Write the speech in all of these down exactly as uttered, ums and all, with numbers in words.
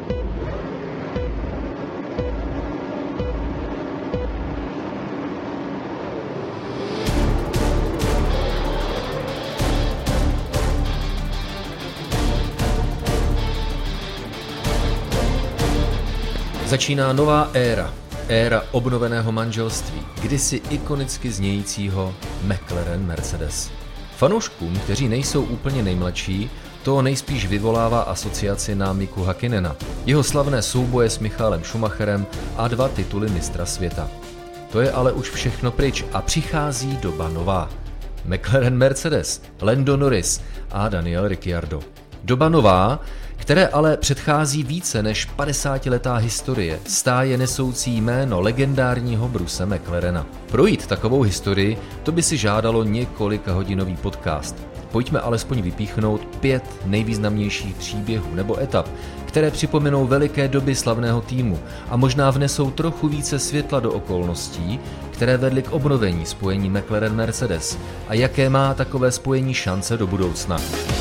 Začíná nová éra, éra obnoveného manželství, kdysi ikonicky znějícího McLaren-Mercedes. Fanouškům, kteří nejsou úplně nejmladší, to nejspíš vyvolává asociaci na Miku Häkkinena, jeho slavné souboje s Michaelem Schumacherem a dva tituly mistra světa. To je ale už všechno pryč a přichází doba nová. McLaren-Mercedes, Lando Norris a Daniel Ricciardo. Doba nová, které ale předchází více než padesátiletá historie, stáje nesoucí jméno legendárního Bruce McLarena. Projít takovou historii, to by si žádalo několika hodinový podcast. Pojďme alespoň vypíchnout pět nejvýznamnějších příběhů nebo etap, které připomenou veliké doby slavného týmu a možná vnesou trochu více světla do okolností, které vedly k obnovení spojení McLaren-Mercedes a jaké má takové spojení šance do budoucna.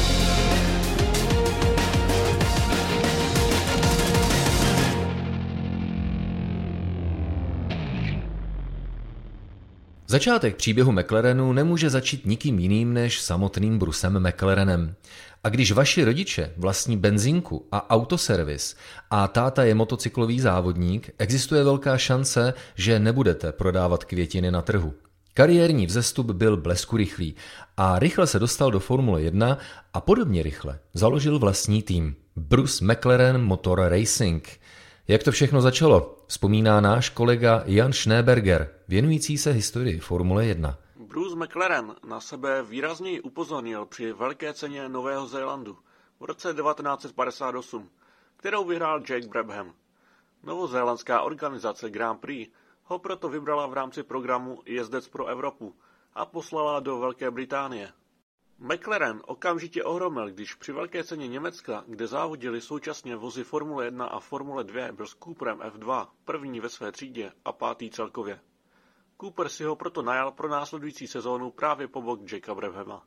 Začátek příběhu McLarenu nemůže začít nikým jiným než samotným Brucem McLarenem. A když vaši rodiče vlastní benzínku a autoservis a táta je motocyklový závodník, existuje velká šance, že nebudete prodávat květiny na trhu. Kariérní vzestup byl bleskurychlý a rychle se dostal do Formule jedna a podobně rychle založil vlastní tým. Bruce McLaren Motor Racing. Jak to všechno začalo, vzpomíná náš kolega Jan Schneeberger, věnující se historii Formule jedna. Bruce McLaren na sebe výrazněji upozornil při velké ceně Nového Zélandu v roce devatenáct set padesát osm, kterou vyhrál Jake Brabham. Novozélandská organizace Grand Prix ho proto vybrala v rámci programu Jezdec pro Evropu a poslala do Velké Británie. McLaren okamžitě ohromil, když při velké ceně Německa, kde závodili současně vozy Formule jedna a Formule dva, byl s Cooperem F dva první ve své třídě a pátý celkově. Cooper si ho proto najal pro následující sezónu právě po bok Jakea Brabhama.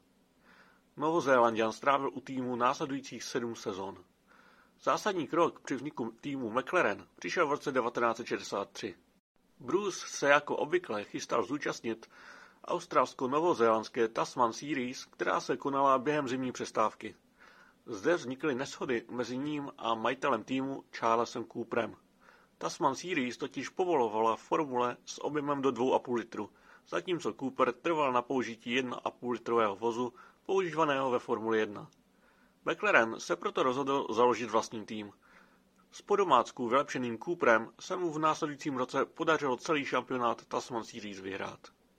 Novozélanďan strávil u týmu následujících sedm sezón. Zásadní krok při vzniku týmu McLaren přišel v roce devatenáct set šedesát tři. Bruce se jako obvykle chystal zúčastnit australsko-novozélandské Tasman Series, která se konala během zimní přestávky. Zde vznikly neshody mezi ním a majitelem týmu Charlesem Cooperem. Tasman Series totiž povolovala formule s objemem do dva a půl litru, zatímco Cooper trval na použití jedna a půl litrového vozu používaného ve Formuli jedna. McLaren se proto rozhodl založit vlastní tým. S podomácku vylepšeným Cooperem se mu v následujícím roce podařilo celý šampionát Tasman Series vyhrát.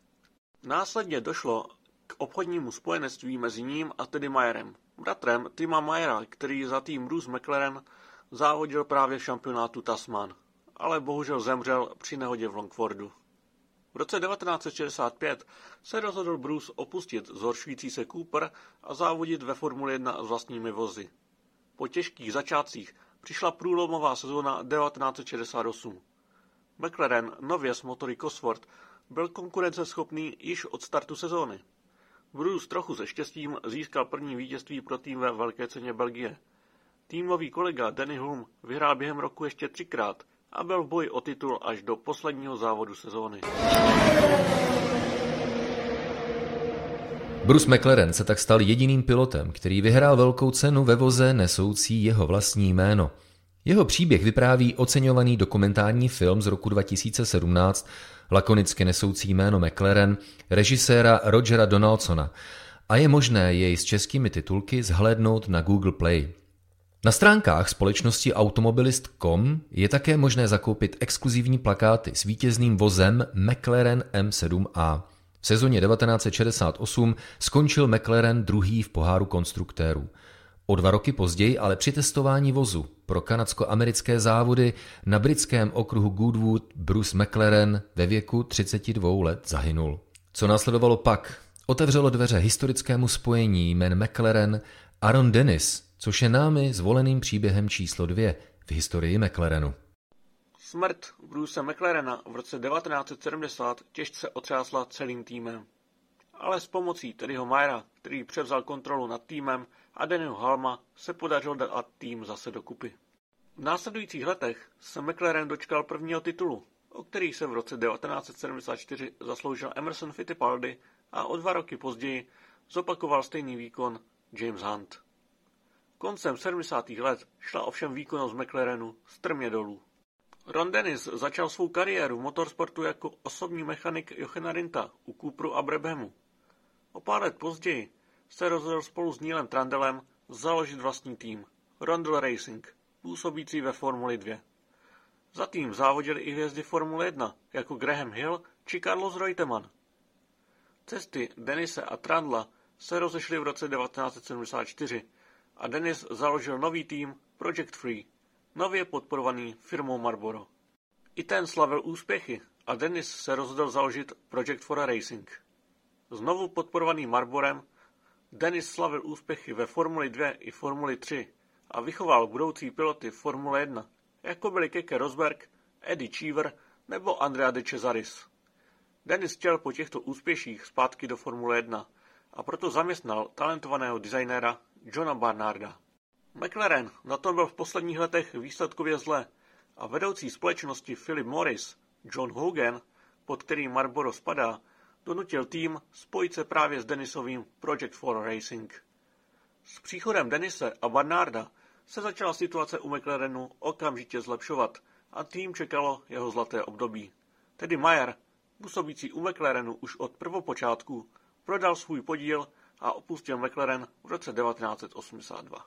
Následně došlo k obchodnímu spojenectví mezi ním a Teddy Mayerem, bratrem Tima Mayera, který za tým Bruce McLaren závodil právě v šampionátu Tasman, ale bohužel zemřel při nehodě v Longfordu. V roce devatenáct set šedesát pět se rozhodl Bruce opustit zhoršující se Cooper a závodit ve Formule jedna s vlastními vozy. Po těžkých začátcích přišla průlomová sezóna devatenáct set šedesát osm. McLaren nově s motory Cosworth byl konkurenceschopný již od startu sezóny. Bruce trochu se štěstím získal první vítězství pro tým ve velké ceně Belgie. Týmový kolega Danny Hulme vyhrál během roku ještě třikrát a byl v boji o titul až do posledního závodu sezóny. Bruce McLaren se tak stal jediným pilotem, který vyhrál velkou cenu ve voze nesoucí jeho vlastní jméno. Jeho příběh vypráví oceňovaný dokumentární film z roku dva tisíce sedmnáct, lakonicky nesoucí jméno McLaren, režiséra Rogera Donaldsona, a je možné jej s českými titulky zhlédnout na Google Play. Na stránkách společnosti automobilist tečka com je také možné zakoupit exkluzivní plakáty s vítězným vozem McLaren M sedm A. V sezóně devatenáct set šedesát osm skončil McLaren druhý v poháru konstruktérů. O dva roky později ale při testování vozu pro kanadsko-americké závody na britském okruhu Goodwood Bruce McLaren ve věku třiceti dvou let zahynul. Co následovalo pak? Otevřelo dveře historickému spojení jmen McLaren Aaron Dennis, což je námi zvoleným příběhem číslo dvě v historii McLarenu. Smrt Bruce McLarena v roce devatenáct set sedmdesát těžce otřásla celým týmem. Ale s pomocí Teddyho Mayera, který převzal kontrolu nad týmem, a Dannyho Hulma se podařilo dát tým zase dokupy. V následujících letech se McLaren dočkal prvního titulu, o který se v roce devatenáct set sedmdesát čtyři zasloužil Emerson Fittipaldi a o dva roky později zopakoval stejný výkon James Hunt. Koncem sedmdesátých let šla ovšem výkonnost McLarenu strmě dolů. Ron Dennis začal svou kariéru v motorsportu jako osobní mechanik Jochena Rinta u Cooperu a Brabhamu. O pár let později se rozhodl spolu s Neilem Trundlem založit vlastní tým Rondel Racing, působící ve Formuli dva. Za tým závodili i hvězdy Formule jedna, jako Graham Hill či Carlos Reutemann. Cesty Dennise a Trundla se rozešly v roce devatenáct set sedmdesát čtyři a Dennis založil nový tým Project Free, nově podporovaný firmou Marlboro. I ten slavil úspěchy a Dennis se rozhodl založit Project four Racing. Znovu podporovaný Marlborem, Dennis slavil úspěchy ve Formuli dva i Formuli tři a vychoval budoucí piloty Formule jedna, jako byli Keke Rosberg, Eddie Cheever nebo Andrea De Cesaris. Dennis chtěl po těchto úspěších zpátky do Formule jedna a proto zaměstnal talentovaného designéra Johna Barnarda. McLaren na tom byl v posledních letech výsledkově zle a vedoucí společnosti Philip Morris, John Hogan, pod kterým Marlboro spadá, donutil tým spojit se právě s Dennisovým Project four Racing. S příchodem Dennise a Barnarda se začala situace u McLarenu okamžitě zlepšovat a tým čekalo jeho zlaté období. Tedy Mayer, působící u McLarenu už od prvopočátku, prodal svůj podíl a opustil McLaren v roce devatenáct set osmdesát dva.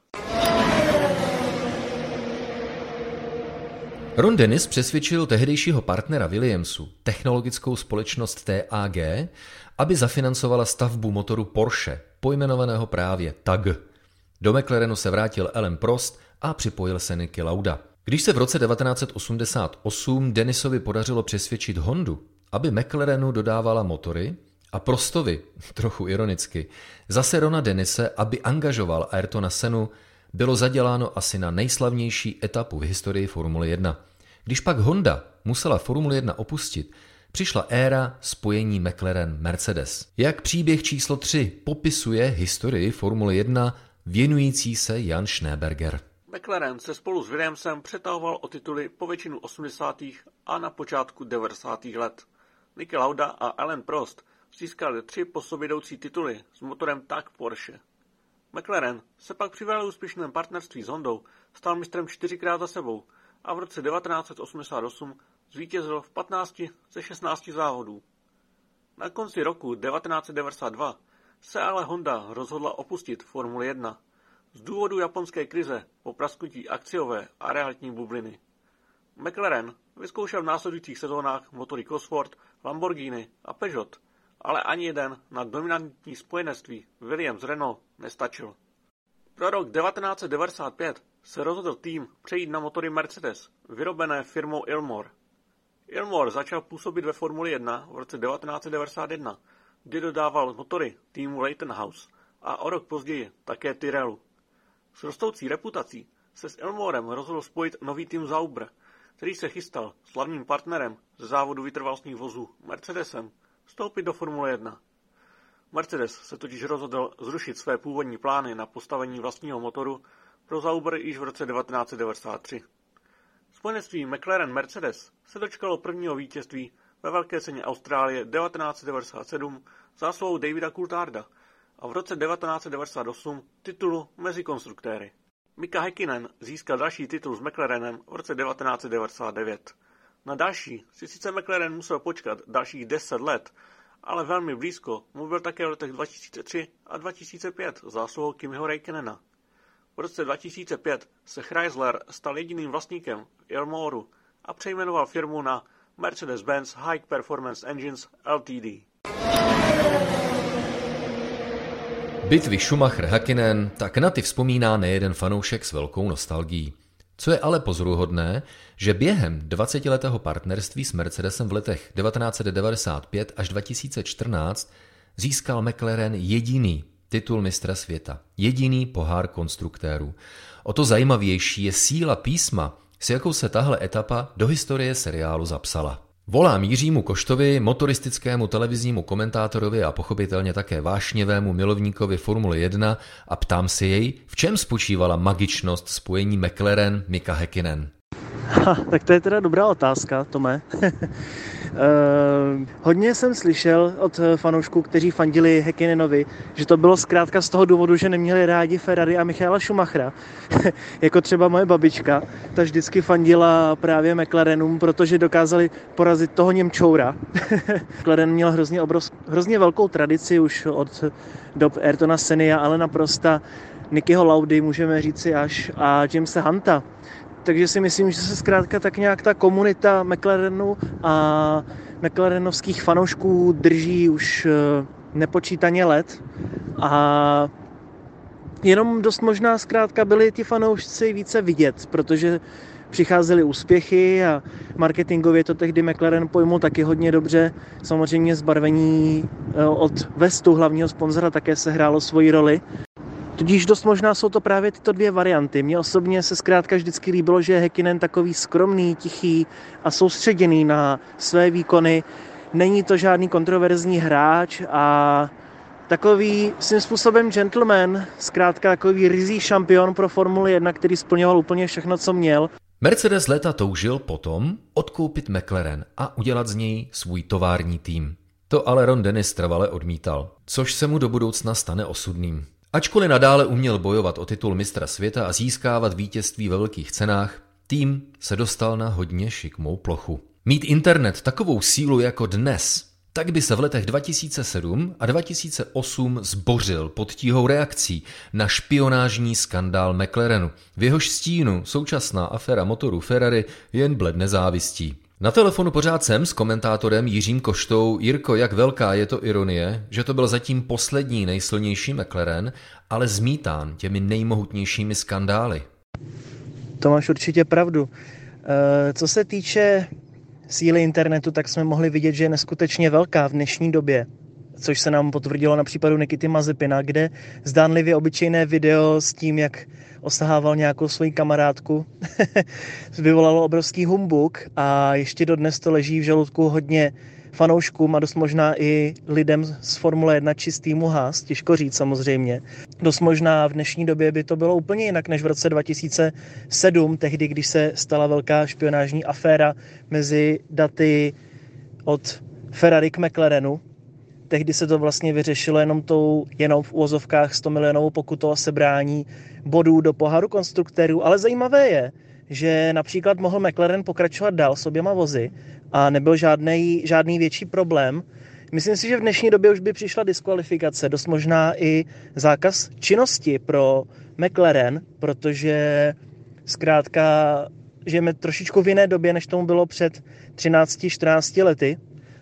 Ron Dennis přesvědčil tehdejšího partnera Williamsu, technologickou společnost T A G, aby zafinancovala stavbu motoru Porsche, pojmenovaného právě T A G. Do McLarenu se vrátil Alain Prost a připojil se Niki Lauda. Když se v roce devatenáct set osmdesát osm Dennisovi podařilo přesvědčit Hondu, aby McLarenu dodávala motory, a Prostovi, trochu ironicky, zase Rona Dennise, aby angažoval Ayrtona Sennu, bylo zaděláno asi na nejslavnější etapu v historii Formule jedna. Když pak Honda musela Formule jedna opustit, přišla éra spojení McLaren-Mercedes. Jak příběh číslo tři popisuje historii Formule jedna věnující se Jan Schneeberger. McLaren se spolu s Williamsem přetahoval o tituly po většinu osmdesátých a na počátku devadesátých let. Niki Lauda a Alain Prost získali tři po sobě jdoucí tituly s motorem T A G Porsche. McLaren se pak při velmi úspěšném partnerství s Hondou stal mistrem čtyřikrát za sebou a v roce devatenáct set osmdesát osm zvítězil v patnácti ze šestnácti závodů. Na konci roku devatenáct set devadesát dva se ale Honda rozhodla opustit Formuli jedna z důvodu japonské krize po prasknutí akciové a realitní bubliny. McLaren vyzkoušel v následujících sezónách motory Cosworth, Lamborghini a Peugeot, ale ani jeden na dominantní spojenectví Williams-Renault nestačil. Pro rok devatenáct set devadesát pět se rozhodl tým přejít na motory Mercedes, vyrobené firmou Ilmor. Ilmor začal působit ve Formuli jedna v roce devatenáct set devadesát jedna, kdy dodával motory týmu Leytonhouse a o rok později také Tyrrellu. S rostoucí reputací se s Ilmorem rozhodl spojit nový tým Sauber, který se chystal slavným partnerem ze závodu vytrvalostních vozů Mercedesem vstoupit do Formule jedna. Mercedes se totiž rozhodl zrušit své původní plány na postavení vlastního motoru pro Sauber již v roce devatenáct set devadesát tři. Spojenectví McLaren-Mercedes se dočkalo prvního vítězství ve Velké ceně Austrálie devatenáct set devadesát sedm zásluhou Davida Coultharda a v roce devatenáct set devadesát osm titulu mezi konstruktéry. Mika Häkkinen získal další titul s McLarenem v roce devatenáct set devadesát devět. Na další si sice McLaren musel počkat dalších deset let, ale velmi blízko mu byl také v letech dva tisíce tři a dva tisíce pět zásluhou Kimiho Räikkönena. V roce dva tisíce pět se Chrysler stal jediným vlastníkem Ilmoru a přejmenoval firmu na Mercedes-Benz High Performance Engines L T D. Bitvy Schumacher-Häkkinen, tak na ty vzpomíná nejeden fanoušek s velkou nostalgií. Co je ale pozoruhodné, že během dvacetiletého partnerství s Mercedesem v letech devatenáct set devadesát pět až dva tisíce čtrnáct získal McLaren jediný titul mistra světa, jediný pohár konstruktérů. O to zajímavější je síla písma, s jakou se tahle etapa do historie seriálu zapsala. Volám Jiřímu Koštovi, motoristickému televiznímu komentátorovi a pochopitelně také vášnivému milovníkovi Formule jedna a ptám se jej, v čem spočívala magičnost spojení McLaren Mika Häkkinen. Ha, tak to je teda dobrá otázka, Tome. uh, hodně jsem slyšel od fanoušků, kteří fandili Häkkinenovi, že to bylo zkrátka z toho důvodu, že neměli rádi Ferrari a Michaela Schumachera. Jako třeba moje babička, ta vždycky fandila právě McLarenům, protože dokázali porazit toho Němčoura. McLaren měl hrozně, obrov, hrozně velkou tradici už od dob Ayrtona Senna, Alena Prosta, Nickyho Laudy, můžeme říci až, a Jamesa Hunta. Takže si myslím, že se zkrátka tak nějak ta komunita McLarenu a McLarenovských fanoušků drží už nepočítaně let a jenom dost možná zkrátka byli ti fanoušci více vidět, protože přicházely úspěchy a marketingově to tehdy McLaren pojmul taky hodně dobře. Samozřejmě zbarvení od vestu hlavního sponzora také se hrálo svoji roli. Tudíž dost možná jsou to právě tyto dvě varianty. Mně osobně se zkrátka vždycky líbilo, že je Häkkinen takový skromný, tichý a soustředěný na své výkony. Není to žádný kontroverzní hráč a takový svým způsobem gentleman, zkrátka takový ryzí šampion pro Formuli jedna, který splňoval úplně všechno, co měl. Mercedes léta toužil potom odkoupit McLaren a udělat z něj svůj tovární tým. To ale Ron Dennis trvale odmítal, což se mu do budoucna stane osudným. Ačkoliv nadále uměl bojovat o titul mistra světa a získávat vítězství ve velkých cenách, tým se dostal na hodně šikmou plochu. Mít internet takovou sílu jako dnes, tak by se v letech dva tisíce sedm a dva tisíce osm zbořil pod tíhou reakcí na špionážní skandál McLarenu. V jehož stínu současná aféra motorů Ferrari jen bledne závistí. Na telefonu pořád jsem s komentátorem Jiřím Koštou. Jirko, jak velká je to ironie, že to byl zatím poslední nejsilnější McLaren, ale zmítán těmi nejmohutnějšími skandály. To máš určitě pravdu. E, co se týče síly internetu, tak jsme mohli vidět, že je neskutečně velká v dnešní době, což se nám potvrdilo na případu Nikity Mazepina, kde zdánlivě obyčejné video s tím, jak osahával nějakou svoji kamarádku, vyvolalo obrovský humbuk a ještě dodnes to leží v žaludku hodně fanouškům a dost možná i lidem z Formule jedna či z týmu Haas, těžko říct samozřejmě. Dost možná v dnešní době by to bylo úplně jinak než v roce dva tisíce sedm, tehdy, když se stala velká špionážní aféra mezi daty od Ferrari k McLarenu. Tehdy se to vlastně vyřešilo jenom tou, jenom v uvozovkách sto milionovou pokutou a sebrání bodů do poháru konstruktérů, ale zajímavé je, že například mohl McLaren pokračovat dál s oběma vozy a nebyl žádný, žádný větší problém. Myslím si, že v dnešní době už by přišla diskvalifikace, dost možná i zákaz činnosti pro McLaren, protože zkrátka žijeme trošičku v jiné době, než tomu bylo před třinácti čtrnácti lety.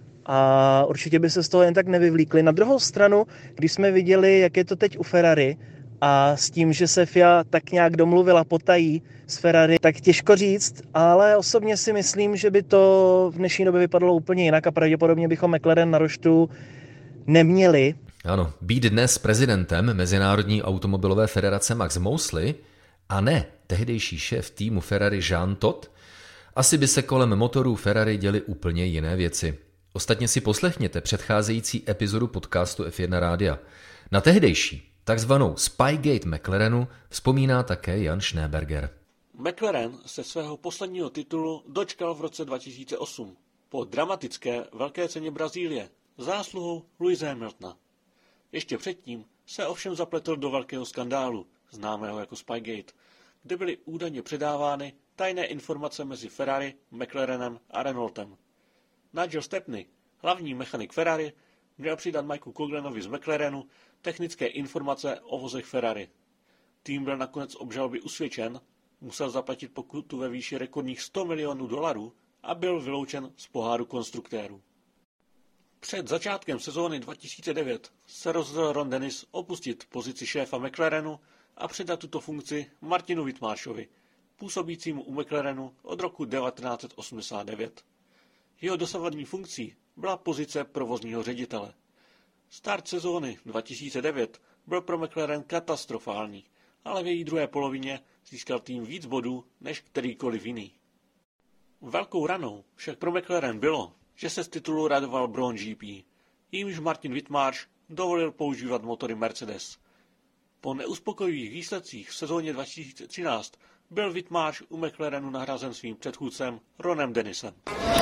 A určitě by se z toho jen tak nevyvlíkli. Na druhou stranu, když jsme viděli, jak je to teď u Ferrari a s tím, že se F I A tak nějak domluvila potají s Ferrari, tak těžko říct, ale osobně si myslím, že by to v dnešní době vypadalo úplně jinak a pravděpodobně bychom McLaren na roštu neměli. Ano, být dnes prezidentem Mezinárodní automobilové federace Max Mosley a ne tehdejší šéf týmu Ferrari Jean Todt, asi by se kolem motorů Ferrari děly úplně jiné věci. Ostatně si poslechněte předcházející epizodu podcastu F jedna Rádia. Na tehdejší, takzvanou Spygate McLarenu, vzpomíná také Jan Schneeberger. McLaren se svého posledního titulu dočkal v roce dva tisíce osm po dramatické velké ceně Brazílie zásluhou Lewise Hamiltona. Ještě předtím se ovšem zapletl do velkého skandálu, známého jako Spygate, kde byly údajně předávány tajné informace mezi Ferrari, McLarenem a Renaultem. Nigel Stepney, hlavní mechanik Ferrari, měl přidat Mikeu Coughlinovi z McLarenu technické informace o vozech Ferrari. Tým byl nakonec obžaloby usvědčen, musel zaplatit pokutu ve výši rekordních sto milionů dolarů a byl vyloučen z poháru konstruktérů. Před začátkem sezóny dva tisíce devět se rozhodl Ron Dennis opustit pozici šéfa McLarenu a předat tuto funkci Martinu Whitmarshovi, působícímu u McLarenu od roku devatenáct set osmdesát devět. Jeho dosavadní funkcí byla pozice provozního ředitele. Start sezóny dva tisíce devět byl pro McLaren katastrofální, ale v její druhé polovině získal tým víc bodů než kterýkoliv jiný. Velkou ranou však pro McLaren bylo, že se z titulu radoval Brawn G P, jímž Martin Whitmarsh dovolil používat motory Mercedes. Po neuspokojivých výsledcích v sezóně dva tisíce třináct byl Whitmarsh u McLarenu nahrazen svým předchůdcem Ronem Dennisem.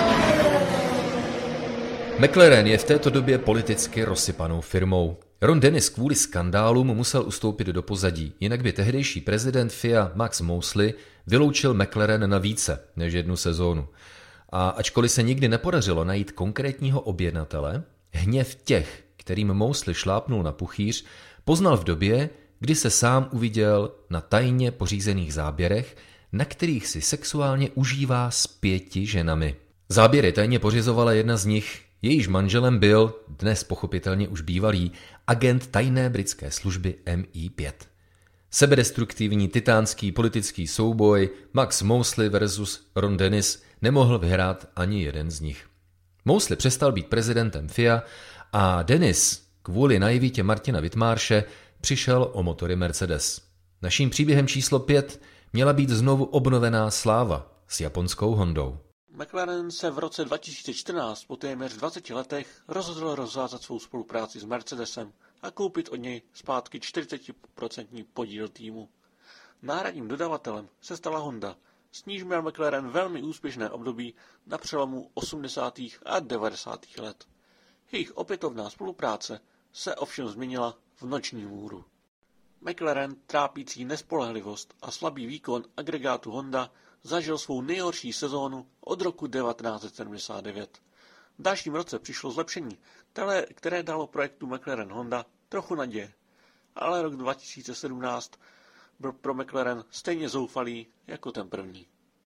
McLaren je v této době politicky rozsypanou firmou. Ron Dennis kvůli skandálům musel ustoupit do pozadí, jinak by tehdejší prezident F I A Max Mosley vyloučil McLaren na více než jednu sezónu. A ačkoliv se nikdy nepodařilo najít konkrétního objednatele, hněv těch, kterým Mosley šlápnul na puchýř, poznal v době, kdy se sám uviděl na tajně pořízených záběrech, na kterých si sexuálně užívá s pěti ženami. Záběry tajně pořizovala jedna z nich, jejíž manželem byl, dnes pochopitelně už bývalý, agent tajné britské služby M I pět. Sebedestruktivní titánský politický souboj Max Mosley versus Ron Dennis nemohl vyhrát ani jeden z nich. Mosley přestal být prezidentem F I A a Dennis kvůli naivitě Martina Whitmarshe přišel o motory Mercedes. Naším příběhem číslo pět měla být znovu obnovená sláva s japonskou Hondou. McLaren se v roce dva tisíce čtrnáct po téměř dvaceti letech rozhodl rozvázat svou spolupráci s Mercedesem a koupit od něj zpátky čtyřicet procent podíl týmu. Náhradním dodavatelem se stala Honda, s níž měl McLaren velmi úspěšné období na přelomu osmdesátých a devadesátých let. Jejich opětovná spolupráce se ovšem změnila v noční můru. McLaren, trápící nespolehlivost a slabý výkon agregátu Honda, zažil svou nejhorší sezónu od roku devatenáct set sedmdesát devět. V dalším roce přišlo zlepšení, které dalo projektu McLaren Honda trochu naděje, ale rok dva tisíce sedmnáct byl pro McLaren stejně zoufalý jako ten první.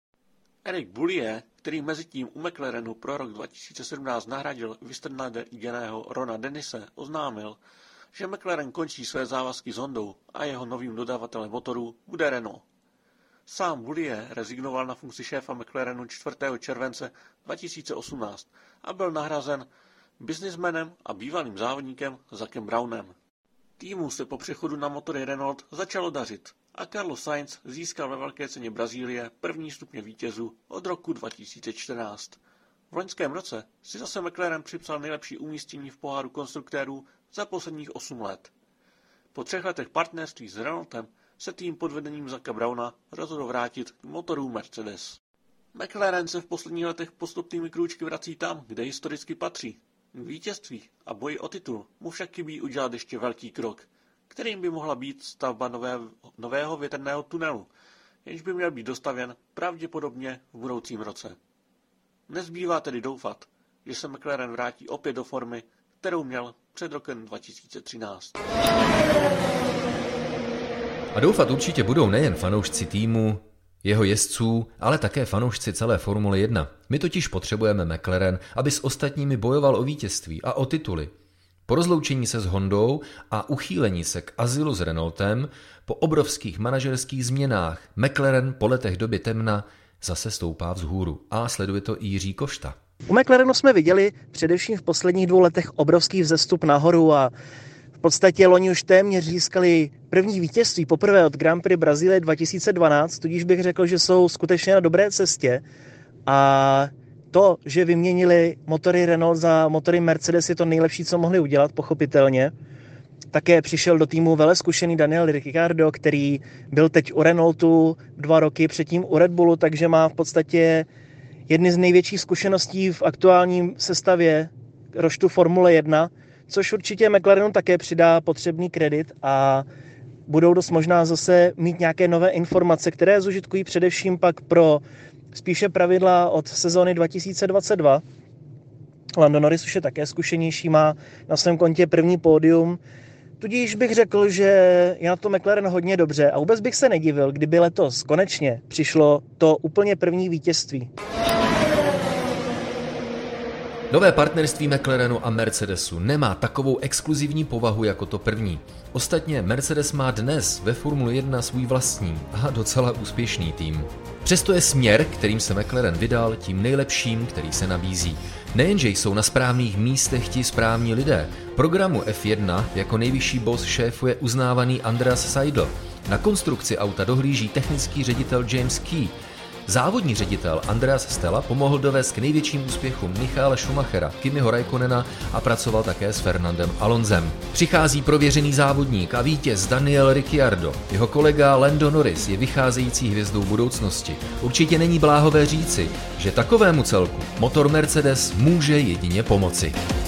Eric Boullier, který mezitím u McLarenu pro rok dva tisíce sedmnáct nahradil vystrnaděného Rona Dennise, oznámil, že McLaren končí své závazky s Hondou a jeho novým dodavatelem motorů bude Renault. Sám Boullier rezignoval na funkci šéfa McLarenu čtvrtého července dva tisíce osmnáct a byl nahrazen businessmanem a bývalým závodníkem Zackem Brownem. Týmu se po přechodu na motory Renault začalo dařit a Carlos Sainz získal ve velké ceně Brazílie první stupně vítězů od roku dva tisíce čtrnáct. V loňském roce si zase McLaren připsal nejlepší umístění v poháru konstruktérů za posledních osm let. Po třech letech partnerství s Renaultem se tým pod vedením Zacka Browna rozhodl vrátit k motorům Mercedes. McLaren se v posledních letech postupnými krůčky vrací tam, kde historicky patří. K vítězství a boji o titul mu však chybí udělat ještě velký krok, kterým by mohla být stavba nové, nového větrného tunelu, jenž by měl být dostavěn pravděpodobně v budoucím roce. Nezbývá tedy doufat, že se McLaren vrátí opět do formy, kterou měl před rokem dva tisíce třináct. A doufat určitě budou nejen fanoušci týmu, jeho jezdců, ale také fanoušci celé Formule jedna. My totiž potřebujeme McLaren, aby s ostatními bojoval o vítězství a o tituly. Po rozloučení se s Hondou a uchýlení se k azylu s Renaultem, po obrovských manažerských změnách, McLaren po letech doby temna zase stoupá vzhůru a sleduje to i Jiří Košta. U McLarenu jsme viděli především v posledních dvou letech obrovský vzestup nahoru a v podstatě loni už téměř získali první vítězství poprvé od Grand Prix Brazílie dva tisíce dvanáct, tudíž bych řekl, že jsou skutečně na dobré cestě a to, že vyměnili motory Renault za motory Mercedes, je to nejlepší, co mohli udělat, pochopitelně. Také přišel do týmu velezkušený Daniel Ricciardo, který byl teď u Renaultu dva roky, předtím u Red Bullu, takže má v podstatě jedny z největších zkušeností v aktuálním sestavě roštu Formule jedna, což určitě McLarenu také přidá potřebný kredit a budou dost možná zase mít nějaké nové informace, které zužitkují především pak pro spíše pravidla od sezóny dva tisíce dvacet dva. Lando Norris už je také zkušenější, má na svém kontě první pódium, tudíž bych řekl, že je na to McLaren hodně dobře a vůbec bych se nedivil, kdyby letos konečně přišlo to úplně první vítězství. Nové partnerství McLarenu a Mercedesu nemá takovou exkluzivní povahu jako to první. Ostatně Mercedes má dnes ve Formule jedna svůj vlastní a docela úspěšný tým. Přesto je směr, kterým se McLaren vydal, tím nejlepším, který se nabízí. Nejenže jsou na správných místech ti správní lidé. Programu F jedna jako nejvyšší boss šéfuje uznávaný Andreas Seidl. Na konstrukci auta dohlíží technický ředitel James Key. Závodní ředitel Andreas Stella pomohl dovést k největším úspěchům Michaela Schumachera, Kimiho Räikkönena a pracoval také s Fernandem Alonsem. Přichází prověřený závodník a vítěz Daniel Ricciardo. Jeho kolega Lando Norris je vycházející hvězdou budoucnosti. Určitě není bláhové říci, že takovému celku motor Mercedes může jedině pomoci.